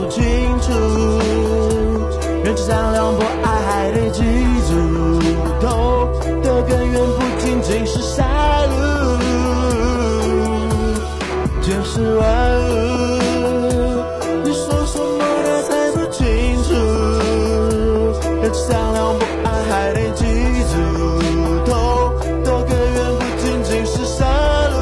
不清楚。人之善良博爱还得记住，痛的根源不仅仅是杀戮，全是万物。你说什么他猜不清楚。人之善良博爱还得记住，痛的根源不仅仅是杀戮。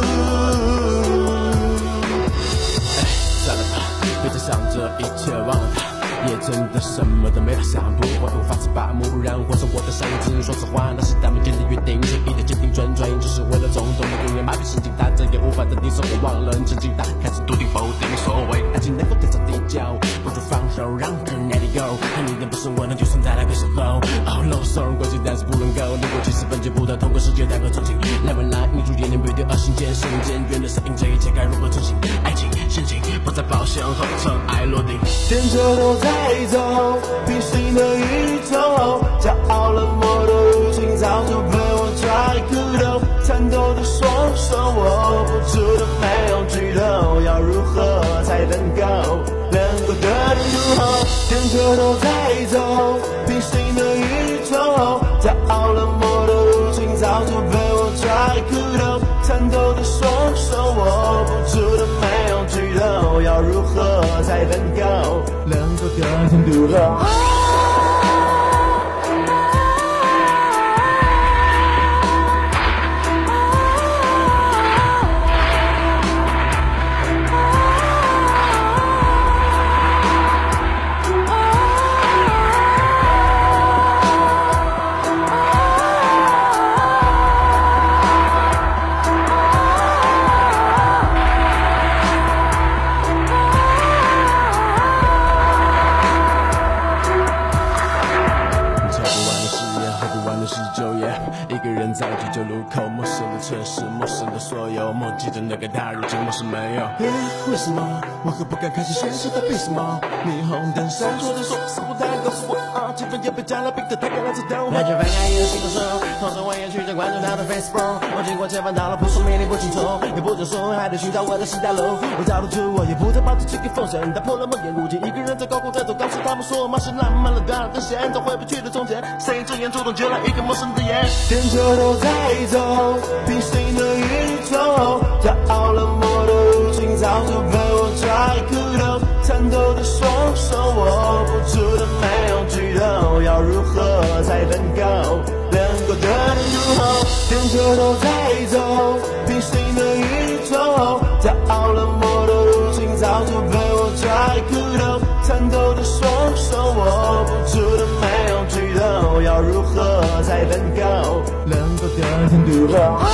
算了吧，别再想着一切忘了他。也真的什么都没有，想不会无法自拔，蓦然或者我的上一次说实话，那是他们间的约定，随意的坚定转转，只是为了种种的永远麻痹神经，他再也无法在你生活忘了曾经，他开始笃定否定所谓爱情能够天长地久，不如放手让它 let it go， 爱你的不是我，那就算在那个时候。哦，露手过去，但是不能够，如果其实本就不断通过世界太过憧憬，来未来你逐渐连不对恶心间瞬间，远的声音，这一切该如何执行？爱情陷阱不再保险后尘埃落定，天车都在走，平行的宇宙，骄傲冷漠的入侵早就被我抓骨头，颤抖的双手握不住的没有举头，要如何才能够得到入后？天车都在走，平行的宇宙，骄傲冷漠的入侵早就被我抓骨头，颤抖的双手握不住的没有举头，要如何才能够得天独厚？一个人在居酒路口，陌生的城市，陌生的所有，默记着那个他，如今我是没有。为什么？为何不敢看清现实在逼什么？霓虹灯闪烁着说，似乎他告诉我，气氛也被加了冰的，他赶来自头。那就翻开一个新的书，同时我也去着关注他的 Facebook。我经过前方到了扑朔迷离不清楚，也不准说，还得寻找我的新大陆。我找得出，我也不再抱着这个风声，打破了梦魇。如今一个人在高空在走，告诉他们说，马是浪漫了断了的线，找回不去的从前。谁睁眼主动接了一个陌生的眼。天车都在走，平行的宇宙，骄傲冷漠的入侵早就被我抓骨头，颤抖的双手握不住的没有举头，要如何才能够得到入后？天车都在走，平行的宇宙，骄傲冷漠的入侵早就被我抓骨头，颤抖的双手握不住的没有举头，要如何才能够得天独厚？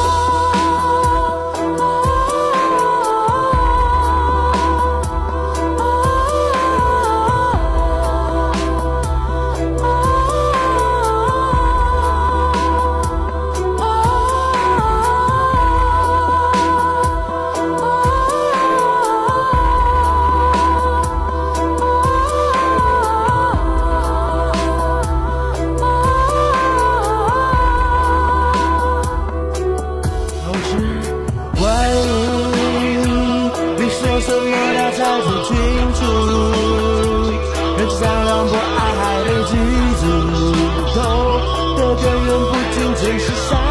才不清楚，人之善良博爱还得记住，痛的根源不仅仅是杀